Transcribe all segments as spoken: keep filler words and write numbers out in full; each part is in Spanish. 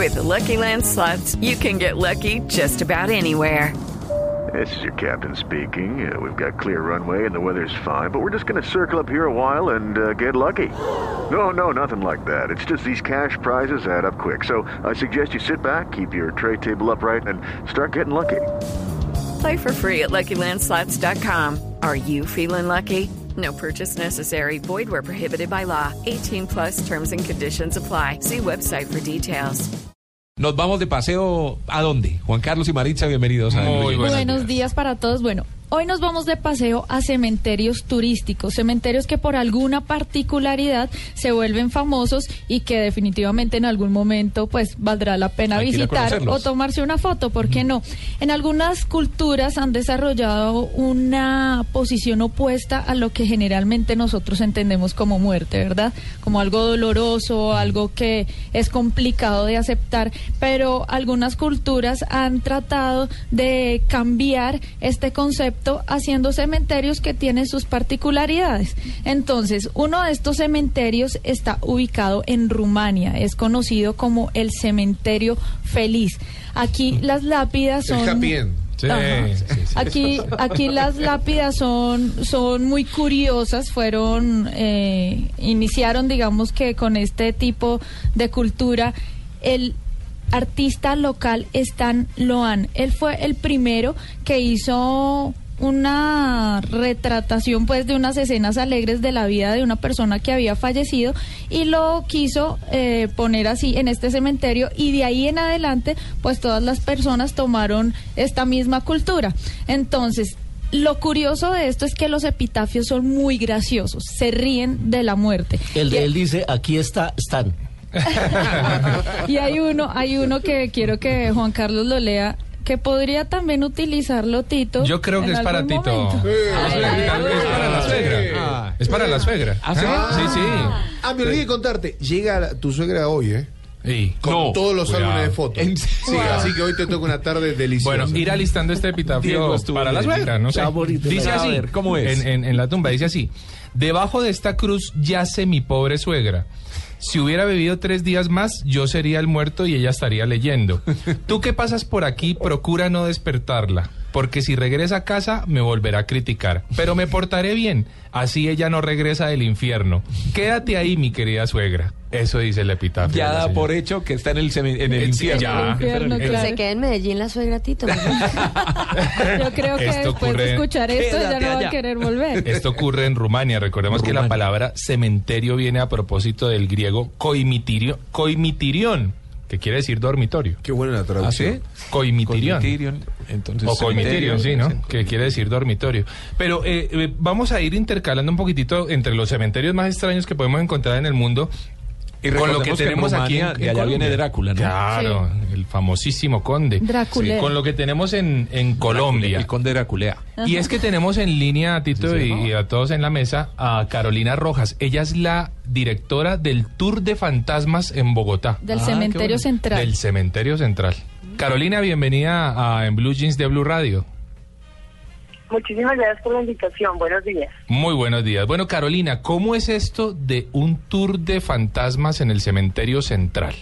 With the Lucky Land Slots, you can get lucky just about anywhere. This is your captain speaking. Uh, we've got clear runway and the weather's fine, but we're just going to circle up here a while and uh, get lucky. No, no, nothing like that. It's just these cash prizes add up quick. So I suggest you sit back, keep your tray table upright, and start getting lucky. Play for free at Lucky Land Slots dot com. Are you feeling lucky? No purchase necessary. Void where prohibited by law. eighteen plus terms and conditions apply. See website for details. Nos vamos de paseo, ¿a dónde? Juan Carlos y Maritza, bienvenidos. A Muy buenos, buenos días. días para todos. Bueno, hoy nos vamos de paseo a cementerios turísticos, cementerios que por alguna particularidad se vuelven famosos y que definitivamente en algún momento pues valdrá la pena Hay que ir a visitar conocerlos. o tomarse una foto, ¿por qué no? En algunas culturas han desarrollado una posición opuesta a lo que generalmente nosotros entendemos como muerte, ¿verdad? Como algo doloroso, algo que es complicado de aceptar, pero algunas culturas han tratado de cambiar este concepto haciendo cementerios que tienen sus particularidades. Entonces, uno de estos cementerios está ubicado en Rumania, es conocido como el Cementerio Feliz. Aquí las lápidas son... El happy end. Sí, sí, sí. Aquí, aquí las lápidas son, son muy curiosas, fueron, eh, iniciaron, digamos que con este tipo de cultura. El artista local Stan Loan, él fue el primero que hizo una retratación pues de unas escenas alegres de la vida de una persona que había fallecido y lo quiso eh, poner así en este cementerio, y de ahí en adelante pues todas las personas tomaron esta misma cultura. Entonces, lo curioso de esto es que los epitafios son muy graciosos, se ríen de la muerte. El de Y- él dice, aquí está Stan. Y hay uno, hay uno que quiero que Juan Carlos lo lea, que podría también utilizarlo Tito. Yo creo que en es para algún Tito. momento. Ah, Ay, ay, es para la suegra. Ah. Es para la suegra. ¿Ah, sí? Sí, sí. Ah, me olvidé de contarte. Llega la- tu suegra hoy, ¿eh? Sí. Con No, todos los cuidado. álbumes de fotos. ¿En Sí, serio? así que hoy te toca una tarde deliciosa. Bueno, ir alistando este Diego epitafio estuvo para la bien. suegra, no sé. Está bonito. Dice A así, ver, ¿cómo es? En, en, en la tumba dice así: debajo de esta cruz yace mi pobre suegra. Si hubiera bebido tres días más, yo sería el muerto y ella estaría leyendo. Tú que pasas por aquí, procura no despertarla, porque si regresa a casa, me volverá a criticar. Pero me portaré bien, así ella no regresa del infierno. Quédate ahí, mi querida suegra. Eso dice el epitafio. Ya de la da señora. por hecho que está en el, semen- en el Eh, sí, infierno. ya. En el infierno, Que claro. Se queda en Medellín la suegra Tito. Yo creo que Esto después ocurre- de escuchar esto ya Quédate no va allá. a querer volver. Esto ocurre en Rumania. Recordemos que la Rumania. palabra cementerio viene a propósito del griego koimitirio, koimitirion, que quiere decir dormitorio. Qué buena la ¿Ah, sí? traducción. Koimitirion. Coimitirion, entonces, O coimitirion, sí, ¿no? cementerio. Que quiere decir dormitorio. Pero eh, eh, vamos a ir intercalando un poquitito entre los cementerios más extraños que podemos encontrar en el mundo. Y con lo que recordemos que en tenemos aquí en, Rumania, de en allá Colombia. viene Drácula, ¿no? Claro, el famosísimo conde. Drácula. Sí, con lo que tenemos en, en Colombia. El conde Drácula. Y es que tenemos en línea a Tito Sí, se y, llamaba. y a todos en la mesa a Carolina Rojas. Ella es la directora del Tour de Fantasmas en Bogotá. Del Ah, qué cementerio bueno. central. Del Cementerio Central. Carolina, bienvenida a En Blue Jeans de Blue Radio. Muchísimas gracias por la invitación. Buenos días. Muy buenos días. Bueno, Carolina, ¿cómo es esto de un tour de fantasmas en el Cementerio Central?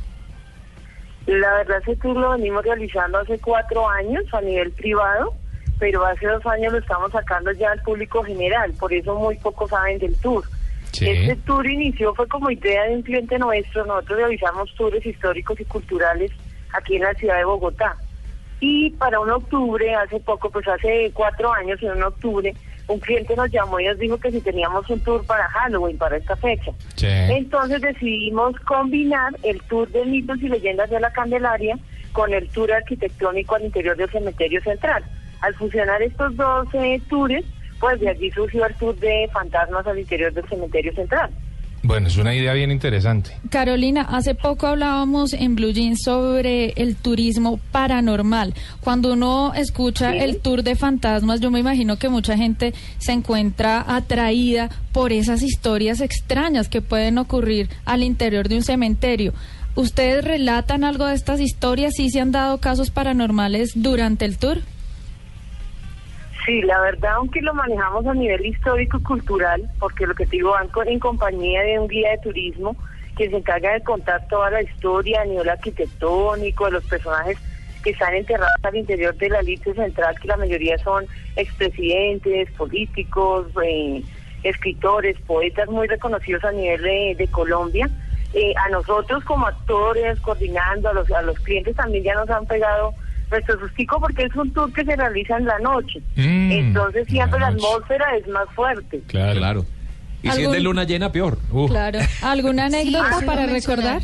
La verdad, ese tour lo venimos realizando hace cuatro años a nivel privado, pero hace dos años lo estamos sacando ya al público general, por eso muy pocos saben del tour. Sí. Este tour inició, fue como idea de un cliente nuestro. Nosotros realizamos tours históricos y culturales aquí en la ciudad de Bogotá. Y para un octubre, hace poco, pues hace cuatro años, en un octubre, un cliente nos llamó y nos dijo que si teníamos un tour para Halloween, para esta fecha. Sí. Entonces decidimos combinar el tour de mitos y leyendas de la Candelaria con el tour arquitectónico al interior del cementerio central. Al fusionar estos dos eh, tours, pues de allí surgió el tour de fantasmas al interior del cementerio central. Bueno, es una idea bien interesante. Carolina, hace poco hablábamos en Blue Jeans sobre el turismo paranormal. Cuando uno escucha Sí. el tour de fantasmas, yo me imagino que mucha gente se encuentra atraída por esas historias extrañas que pueden ocurrir al interior de un cementerio. ¿Ustedes relatan algo de estas historias? ¿Sí se han dado casos paranormales durante el tour? Sí, la verdad, aunque lo manejamos a nivel histórico-cultural, porque lo que te digo, van co- en compañía de un guía de turismo quien se encarga de contar toda la historia a nivel arquitectónico de los personajes que están enterrados al interior de la elite central, que la mayoría son expresidentes, políticos, eh, escritores, poetas muy reconocidos a nivel de, de Colombia. Eh, a nosotros como actores, coordinando, a los, a los clientes también ya nos han pegado nuestro sustico porque es un tour que se realiza en la noche. Mm, Entonces siempre la, la atmósfera es más fuerte. Claro, claro. Y si es de luna llena, peor. Uh. Claro. ¿Alguna anécdota sí, para recordar?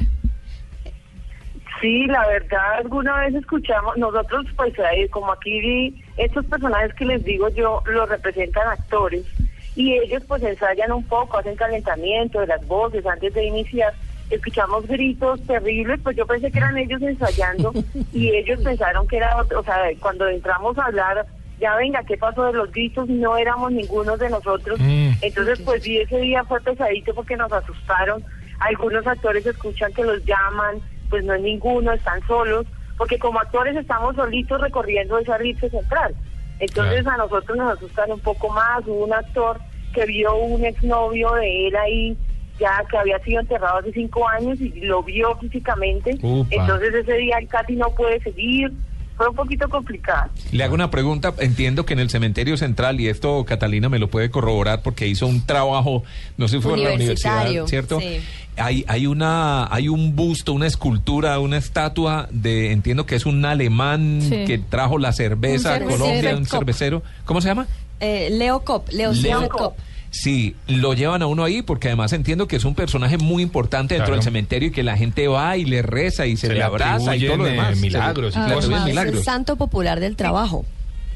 Sí, la verdad, alguna vez escuchamos, nosotros pues eh, como aquí estos personajes que les digo yo los representan actores y ellos pues ensayan un poco, hacen calentamiento de las voces antes de iniciar, escuchamos gritos terribles, pues yo pensé que eran ellos ensayando y ellos pensaron que era otro, o sea, cuando entramos a hablar, ya venga, ¿qué pasó de los gritos? No éramos ninguno de nosotros, mm. entonces pues sí, ese día fue pesadito porque nos asustaron, algunos actores escuchan que los llaman, pues no es ninguno, están solos, porque como actores estamos solitos recorriendo esa elipse central. Entonces claro. A nosotros nos asustan un poco más. Hubo un actor que vio un exnovio de él ahí, ya que había sido enterrado hace cinco años y lo vio físicamente. Upa. Entonces ese día él casi no puede seguir. Fue un poquito complicado. Le hago una pregunta, entiendo que en el cementerio central, y esto Catalina me lo puede corroborar porque hizo un trabajo, no sé si fue en la universidad, ¿cierto? Sí. Hay, hay una, hay un busto, una escultura, una estatua de, entiendo que es un alemán sí. que trajo la cerveza a Colombia, un cervecero. ¿Cómo se llama? Eh, Leo Kopp, Leo, Leo Kopp. Sí, lo llevan a uno ahí porque además entiendo que es un personaje muy importante dentro claro. del cementerio y que la gente va y le reza y se, se le abraza y todo lo demás. Milagros. Ah, y cosas. milagros. Es el santo popular del trabajo.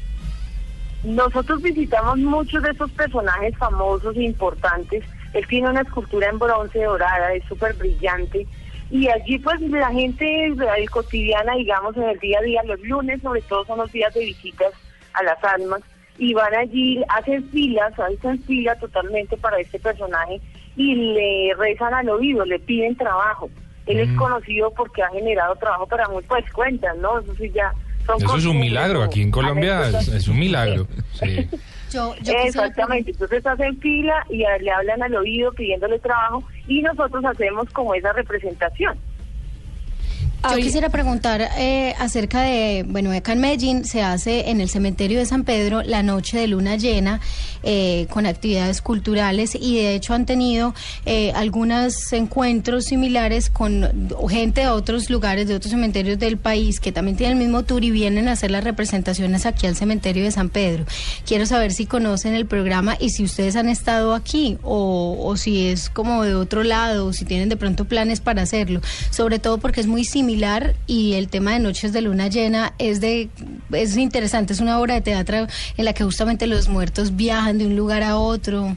Nosotros visitamos muchos de esos personajes famosos e importantes. Él tiene una escultura en bronce dorada, es súper brillante. Y allí pues la gente el cotidiana, digamos, en el día a día, los lunes sobre todo son los días de visitas a las almas. Y van allí, hacen filas, hacen fila totalmente para este personaje y le rezan al oído, le piden trabajo. Él mm. es conocido porque ha generado trabajo para muchas pues, cuentas, ¿no? Eso sí ya son Eso es un milagro, aquí en Colombia es, es un milagro. Sí. Yo, yo Exactamente, entonces hacen fila y a, le hablan al oído pidiéndole trabajo y nosotros hacemos como esa representación. Yo quisiera preguntar eh, acerca de, bueno, acá en Medellín se hace en el cementerio de San Pedro la noche de luna llena eh, con actividades culturales y de hecho han tenido eh, algunos encuentros similares con gente de otros lugares, de otros cementerios del país que también tienen el mismo tour y vienen a hacer las representaciones aquí al cementerio de San Pedro. Quiero saber si conocen el programa y si ustedes han estado aquí o, o si es como de otro lado o si tienen de pronto planes para hacerlo, sobre todo porque es muy similar y el tema de Noches de Luna Llena es de es interesante, es una obra de teatro en la que justamente los muertos viajan de un lugar a otro.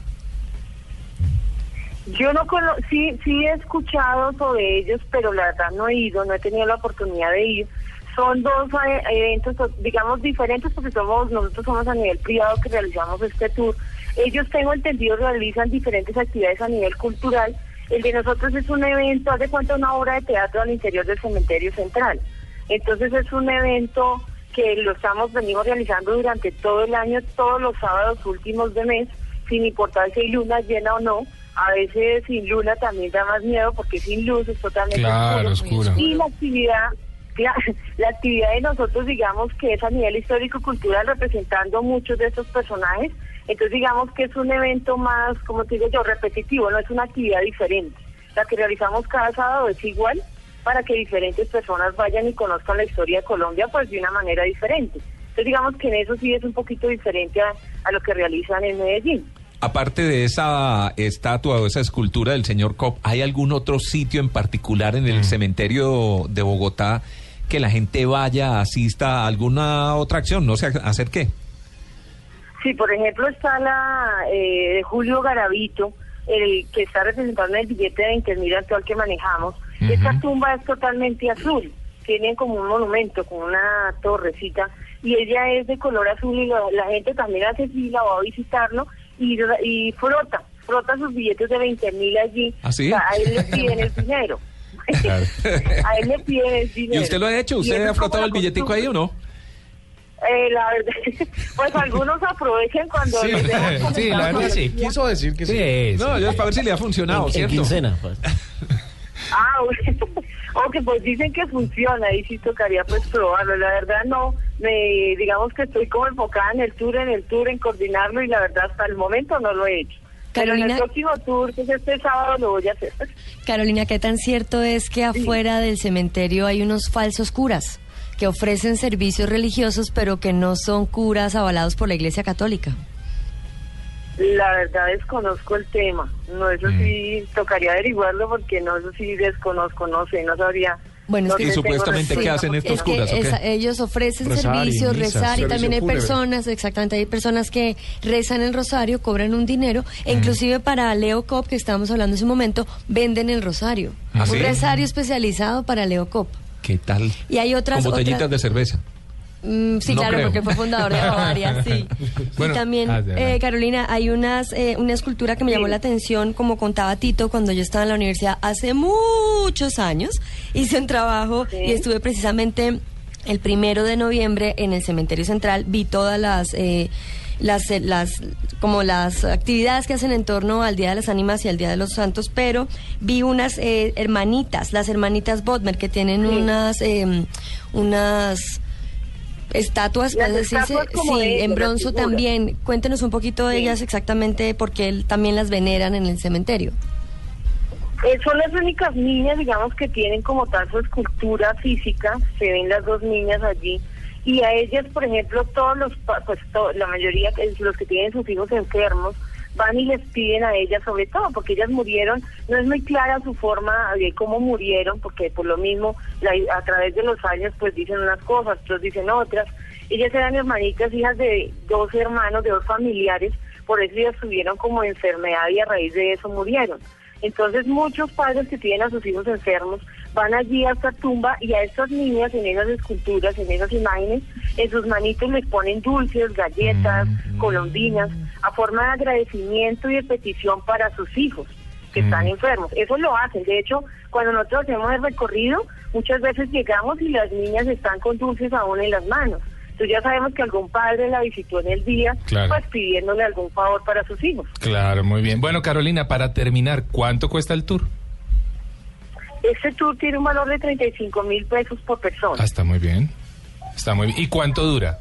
Yo no cono sí, sí he escuchado sobre ellos, pero la verdad no he ido, no he tenido la oportunidad de ir. Son dos eventos, digamos, diferentes porque somos nosotros somos a nivel privado que realizamos este tour. Ellos, tengo entendido, realizan diferentes actividades a nivel cultural. El de nosotros es un evento, haz de cuenta una obra de teatro al interior del cementerio central. Entonces es un evento que lo estamos, venimos realizando durante todo el año, todos los sábados últimos de mes, sin importar si hay luna llena o no. A veces sin luna también da más miedo porque sin luz es totalmente claro, oscuro. oscuro. Y la actividad, la, la actividad de nosotros, digamos que es a nivel histórico-cultural representando muchos de estos personajes. Entonces digamos que es un evento más, como te digo yo, repetitivo, no es una actividad diferente. La que realizamos cada sábado es igual para que diferentes personas vayan y conozcan la historia de Colombia pues de una manera diferente. Entonces digamos que en eso sí es un poquito diferente a, a lo que realizan en Medellín. Aparte de esa estatua o esa escultura del señor Kopp, ¿hay algún otro sitio en particular en el mm. cementerio de Bogotá que la gente vaya, asista a alguna otra acción? No sé, ¿hacer qué? Sí, por ejemplo está la eh, de Julio Garavito, el que está representado en el billete de veinte mil actual que manejamos. Uh-huh. Esta tumba es totalmente azul, tiene como un monumento, como una torrecita, y ella es de color azul y lo, la gente también hace fila, va a visitarlo y, y frota, frota sus billetes de veinte mil allí. ¿Ah, sí? O sea, a él le piden el dinero. Claro. A él le piden el dinero. ¿Y usted lo ha hecho? ¿Usted ha frotado el billetico ahí o no? Eh, la verdad, pues algunos aprovechan cuando sí, les dejan sí, la verdad sí. Quiso decir que sí. sí, sí no, sí. yo es para ver si le ha funcionado, en, ¿cierto? En quincena, pues. Ah, bueno. Ok, pues dicen que funciona, y sí tocaría pues probarlo. La verdad no, me digamos que estoy como enfocada en el tour, en el tour, en coordinarlo, y la verdad hasta el momento no lo he hecho. Carolina, pero en el próximo tour, que es este sábado, lo voy a hacer. Carolina, ¿qué tan cierto es que afuera sí. del cementerio hay unos falsos curas que ofrecen servicios religiosos, pero que no son curas avalados por la Iglesia Católica? La verdad desconozco el tema. No, eso mm. sí tocaría averiguarlo, porque no, eso sí desconozco, no sé, no sabría. Bueno, no es que ¿y supuestamente qué hacen estos es que curas? Esa, ellos ofrecen rezar servicios, y rezar, y también hay fúnebre. personas, exactamente, hay personas que rezan el rosario, cobran un dinero, e mm. inclusive para Leo Cop, que estábamos hablando en ese momento, venden el rosario. ¿Ah, un sí? rosario especializado para Leo Cop. ¿Qué tal? Y hay otras... Con botellitas otras... de cerveza. Mm, sí, no claro, creo. Porque fue fundador de Bavaria, sí. Bueno, y también, ah, eh, Carolina, hay unas eh, una escultura que me llamó la atención, como contaba Tito, cuando yo estaba en la universidad hace muchos años, hice un trabajo ¿sí? y estuve precisamente el primero de noviembre en el Cementerio Central, vi todas las... Eh, las las como las actividades que hacen en torno al Día de las Ánimas y al Día de los Santos, pero vi unas eh, hermanitas, las hermanitas Bodmer, que tienen sí. unas eh, unas estatuas, las es decir, estatuas sí, de en bronzo también. Cuéntenos un poquito de sí. ellas exactamente, porque también las veneran en el cementerio. Eh, son las únicas niñas, digamos, que tienen como tal su escultura física. Se ven las dos niñas allí. Y a ellas, por ejemplo, todos los, pues to, la mayoría, los que tienen sus hijos enfermos, van y les piden a ellas, sobre todo, porque ellas murieron, no es muy clara su forma de cómo murieron, porque por lo mismo, la, a través de los años, pues dicen unas cosas, otros dicen otras. Ellas eran hermanitas, hijas de dos hermanos, de dos familiares, por eso ellas tuvieron como enfermedad y a raíz de eso murieron. Entonces muchos padres que tienen a sus hijos enfermos van allí a esta tumba, y a estas niñas en esas esculturas, en esas imágenes, en sus manitos les ponen dulces, galletas, mm. colombinas, a forma de agradecimiento y de petición para sus hijos que mm. están enfermos. Eso lo hacen. De hecho, cuando nosotros hacemos el recorrido, muchas veces llegamos y las niñas están con dulces aún en las manos. Entonces ya sabemos que algún padre la visitó en el día, claro. pues pidiéndole algún favor para sus hijos. Claro, muy bien. Bueno, Carolina, para terminar, ¿cuánto cuesta el tour? Este tour tiene un valor de treinta y cinco mil pesos por persona. Ah, está muy bien. Está muy bien. ¿Y cuánto dura?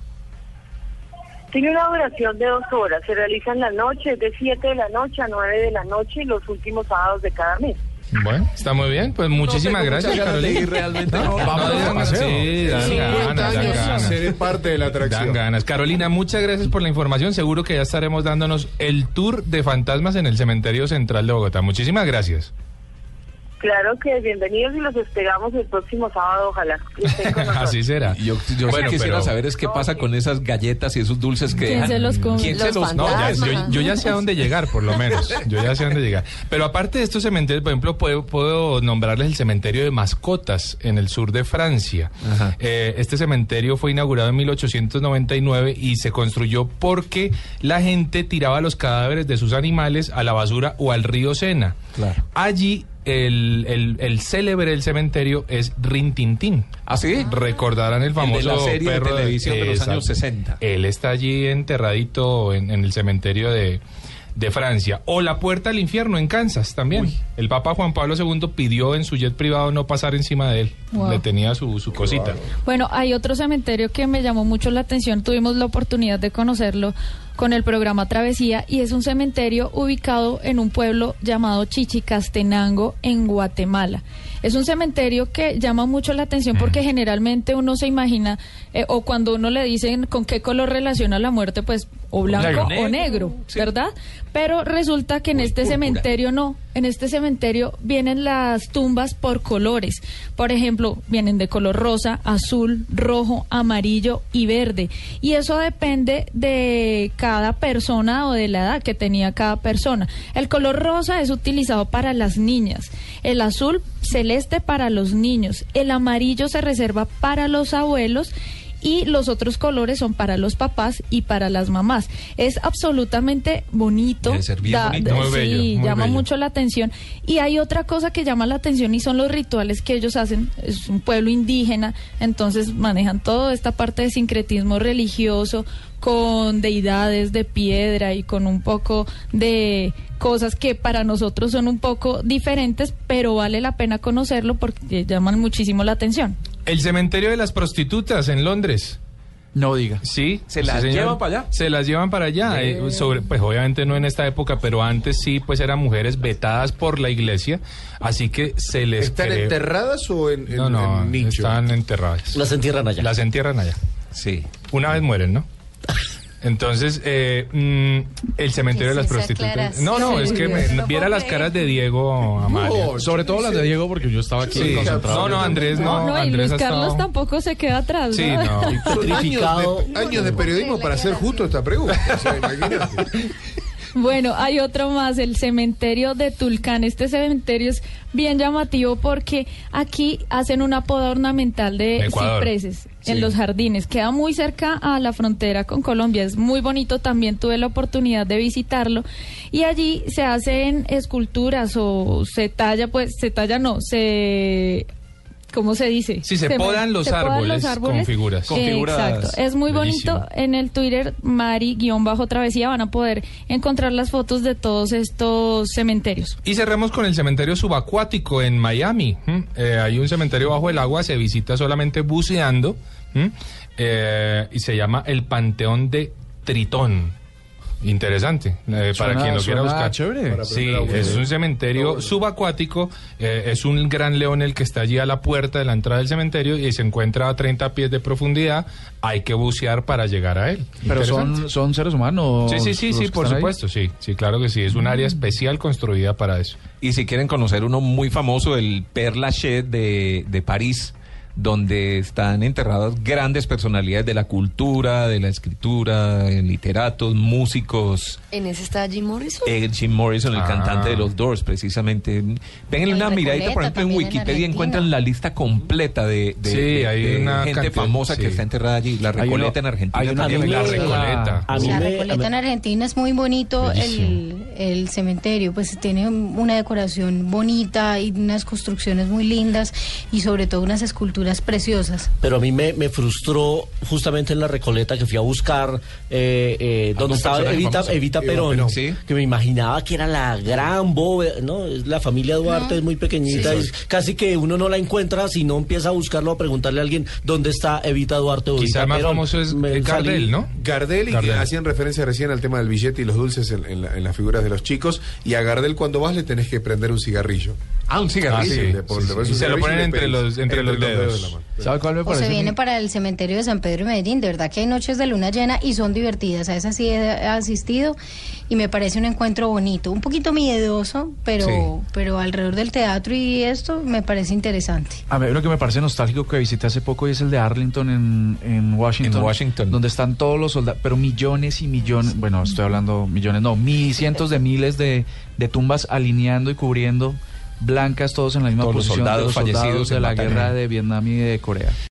Tiene una duración de dos horas. Se realiza en la noche, de siete de la noche a nueve de la noche, y los últimos sábados de cada mes. Bueno, está muy bien, pues muchísimas no gracias, Carolina. Realmente no, no, vamos no, a paseo. Sí, dan sí, ganas, dan ganas. Ser parte de la atracción. Dan ganas. Carolina, muchas gracias por la información. Seguro que ya estaremos dándonos el tour de fantasmas en el Cementerio Central de Bogotá. Muchísimas gracias. Claro que bienvenidos, y los esperamos el próximo sábado, ojalá. Así será. Yo, yo bueno, sí quisiera pero... saber es qué pasa con esas galletas y esos dulces que... ¿Quién dejan? se los come? ¿Quién los se los no, ya, yo, yo ya sé a dónde llegar, por lo menos. Yo ya sé a dónde llegar. Pero aparte de estos cementerios, por ejemplo, puedo, puedo nombrarles el cementerio de mascotas en el sur de Francia. Eh, este cementerio fue inaugurado en mil ochocientos noventa y nueve y se construyó porque la gente tiraba los cadáveres de sus animales a la basura o al río Sena. Claro. Allí El, el, el célebre del cementerio es Rin Tin Tin. ¿Ah, sí? Recordarán el famoso el de la serie perro de televisión de, de los exacto. años sesenta. Él está allí enterradito en, en el cementerio de, de Francia. O la Puerta al Infierno en Kansas también. Uy. El Papa Juan Pablo segundo pidió en su jet privado no pasar encima de él. Wow. Le tenía su, su cosita. Wow. Bueno, hay otro cementerio que me llamó mucho la atención. Tuvimos la oportunidad de conocerlo con el programa Travesía, y es un cementerio ubicado en un pueblo llamado Chichicastenango, en Guatemala. Es un cementerio que llama mucho la atención porque generalmente uno se imagina, eh, o cuando uno le dicen con qué color relaciona la muerte, pues o blanco negro, o negro, sí. ¿verdad? Pero resulta que en Muy este púrpura. cementerio no. En este cementerio vienen las tumbas por colores. Por ejemplo, vienen de color rosa, azul, rojo, amarillo y verde. Y eso depende de cada persona o de la edad que tenía cada persona. El color rosa es utilizado para las niñas, el azul celeste para los niños, el amarillo se reserva para los abuelos, y los otros colores son para los papás y para las mamás. Es absolutamente bonito. Debe ser bien da, bonito. Muy sí, bello, muy llama bello. mucho la atención. Y hay otra cosa que llama la atención y son los rituales que ellos hacen. Es un pueblo indígena, entonces manejan toda esta parte de sincretismo religioso con deidades de piedra y con un poco de cosas que para nosotros son un poco diferentes, pero vale la pena conocerlo porque llaman muchísimo la atención. El cementerio de las prostitutas en Londres. No diga. Sí. ¿Se las sí, señor. llevan para allá? Se las llevan para allá. Eh, sobre, pues obviamente no en esta época, pero antes sí, pues eran mujeres vetadas por la iglesia, así que se les... ¿Están creó... enterradas o en, en, No, no, en nicho? están enterradas. Las entierran allá. Las entierran allá. Sí. Una vez mueren, ¿no? Entonces, eh, mm, el cementerio de las prostitutas. No, no, es que me, No viera puedo las creer. caras de Diego Amalia. No, Sobre todo las de Diego, porque yo estaba aquí Sí. concentrado. No, no, Andrés no. No, no, y Andrés Luis ha Carlos estado- tampoco se queda atrás, Sí, ¿no? no. Son años Petrificado. de, años de periodismo para hacer justo esta pregunta. O sea, imagínate. Bueno, hay otro más, el cementerio de Tulcán. Este cementerio es bien llamativo porque aquí hacen una poda ornamental de Ecuador. cipreses Sí. en los jardines. Queda muy cerca a la frontera con Colombia. Es muy bonito, también tuve la oportunidad de visitarlo. Y allí se hacen esculturas o se talla, pues, se talla no, se... ¿Cómo se dice? Sí, se me- podan los se podan árboles los árboles. con figuras. Con Eh, figuras Exacto. Es muy bellísimo. bonito. En el Twitter, Mari-Travesía, van a poder encontrar las fotos de todos estos cementerios. Y cerramos con el cementerio subacuático en Miami. ¿Mm? Eh, hay un cementerio bajo el agua, se visita solamente buceando. ¿Mm? Eh, y se llama el Panteón de Tritón. Interesante, eh, para Suena- quien lo quiera suena buscar. chévere. Para Sí, aprender a bucear. es un cementerio subacuático, eh, es un gran león el que está allí a la puerta de la entrada del cementerio y se encuentra a treinta pies de profundidad. Hay que bucear para llegar a él. Pero son, Interesante. son seres humanos. Sí, sí, sí, los sí, que por están ahí. supuesto, sí, sí, claro que sí, es un área especial construida para eso. Y si quieren conocer uno muy famoso, el Père Lachaise de, de París, donde están enterradas grandes personalidades de la cultura, de la escritura, eh, literatos, músicos. En ese está Jim Morrison. Eh, Jim Morrison, el Ah. cantante de los Doors, precisamente. Péguenle En una miradita, Recoleta, por ejemplo, en también en Wikipedia Argentina. encuentran la lista completa de, de, Sí, de- hay de una gente cantidad, famosa que sí. está enterrada allí. La Hay Recoleta uno- en Argentina hay una también. que me La gusta. Recoleta. A mí La me- Recoleta en Argentina es muy bonito el, Bellísimo. el cementerio, pues tiene una decoración bonita y unas construcciones muy lindas y sobre todo unas esculturas preciosas. Pero a mí me, me frustró justamente en la Recoleta que fui a buscar eh, eh, donde ¿Algún estaba personaje Evita, famoso? Evita Eva Perón, Perón. Sí. que me imaginaba que era la gran bóveda, ¿no? Es la familia Duarte, es muy pequeñita, Sí, y sí. casi que uno no la encuentra si no empieza a buscarlo, a preguntarle a alguien dónde está Evita Duarte o Quizá Evita el más Perón. famoso es Me eh, Gardel, salí- ¿no? Gardel, y que Gardel. hacían referencia recién al tema del billete y los dulces en, en la- en las figuras de los chicos. Y a Gardel, cuando vas, le tenés que prender un cigarrillo. Ah, un cigarrillo. Ah, sí. Le pon- le pones Y un se lo cigarrillo ponen y le entre pedís. los- entre los dedos. de la mano. ¿Sabe cuál me O parece? se viene muy- para el cementerio de San Pedro y Medellín, de verdad que hay noches de luna llena y son divertidas, a esas sí he asistido y me parece un encuentro bonito, un poquito miedoso, pero, Sí. pero alrededor del teatro y esto me parece interesante. A mí uno que me parece nostálgico que visité hace poco y es el de Arlington en, en Washington. En Washington. Donde están todos los soldados, pero millones y millones, bueno, estoy hablando millones, no, mil, cientos de miles de, de tumbas alineando y cubriendo blancas, todos en la misma Todos los posición de soldados los soldados fallecidos de en la batalla. guerra de Vietnam y de Corea.